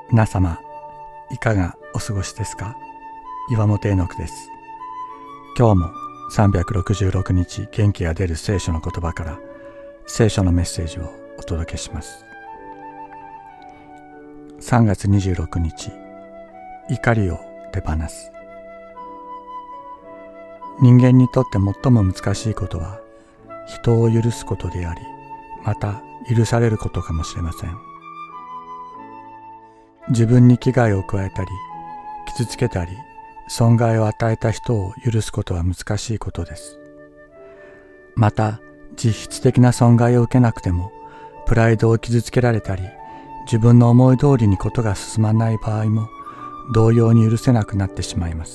皆様いかがお過ごしですか。岩本絵の句です。今日も366日元気が出る聖書の言葉から聖書のメッセージをお届けします。3月26日、怒りを手放す。人間にとって最も難しいことは人を許すことであり、また許されることかもしれません。自分に危害を加えたり、傷つけたり、損害を与えた人を許すことは難しいことです。また、実質的な損害を受けなくても、プライドを傷つけられたり、自分の思い通りにことが進まない場合も、同様に許せなくなってしまいます。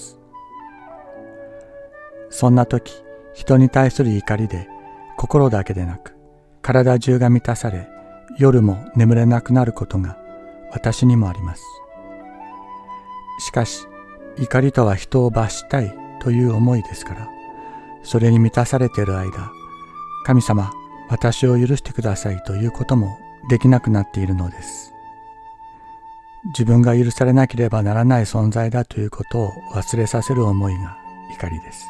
そんな時、人に対する怒りで、心だけでなく、体中が満たされ、夜も眠れなくなることが、私にもあります。しかし、怒りとは人を罰したいという思いですから、それに満たされている間、神様、私を許してくださいということもできなくなっているのです。自分が許されなければならない存在だということを忘れさせる思いが怒りです。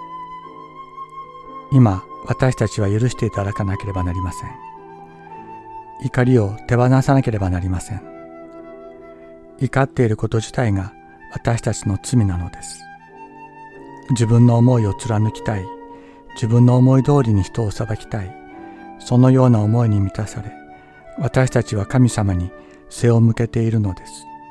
今、私たちは許していただかなければなりません。怒りを手放さなければなりません。怒っていること自体が私たちの罪なのです。自分の思いを貫きたい、自分の思い通りに人を裁きたい、そのような思いに満たされ、私たちは神様に背を向けているのです。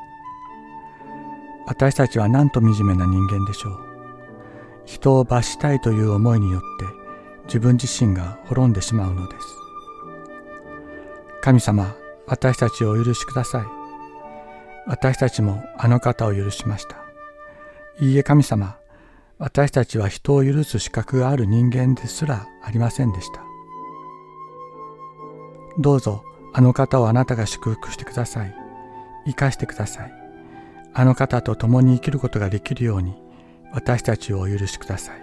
私たちはなんと惨めな人間でしょう。人を罰したいという思いによって自分自身が滅んでしまうのです。神様、私たちをお許しください。私たちもあの方を許しました。いいえ神様、私たちは人を許す資格がある人間ですらありませんでした。どうぞあの方をあなたが祝福してください。生かしてください。あの方と共に生きることができるように私たちをお許しください。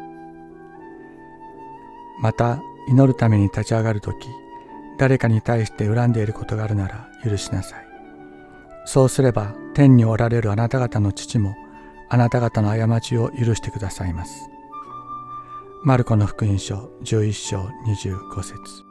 また祈るために立ち上がるとき、誰かに対して恨んでいることがあるなら許しなさい。そうすれば天におられるあなた方の父もあなた方の過ちを許してくださいます。マルコの福音書11章25節。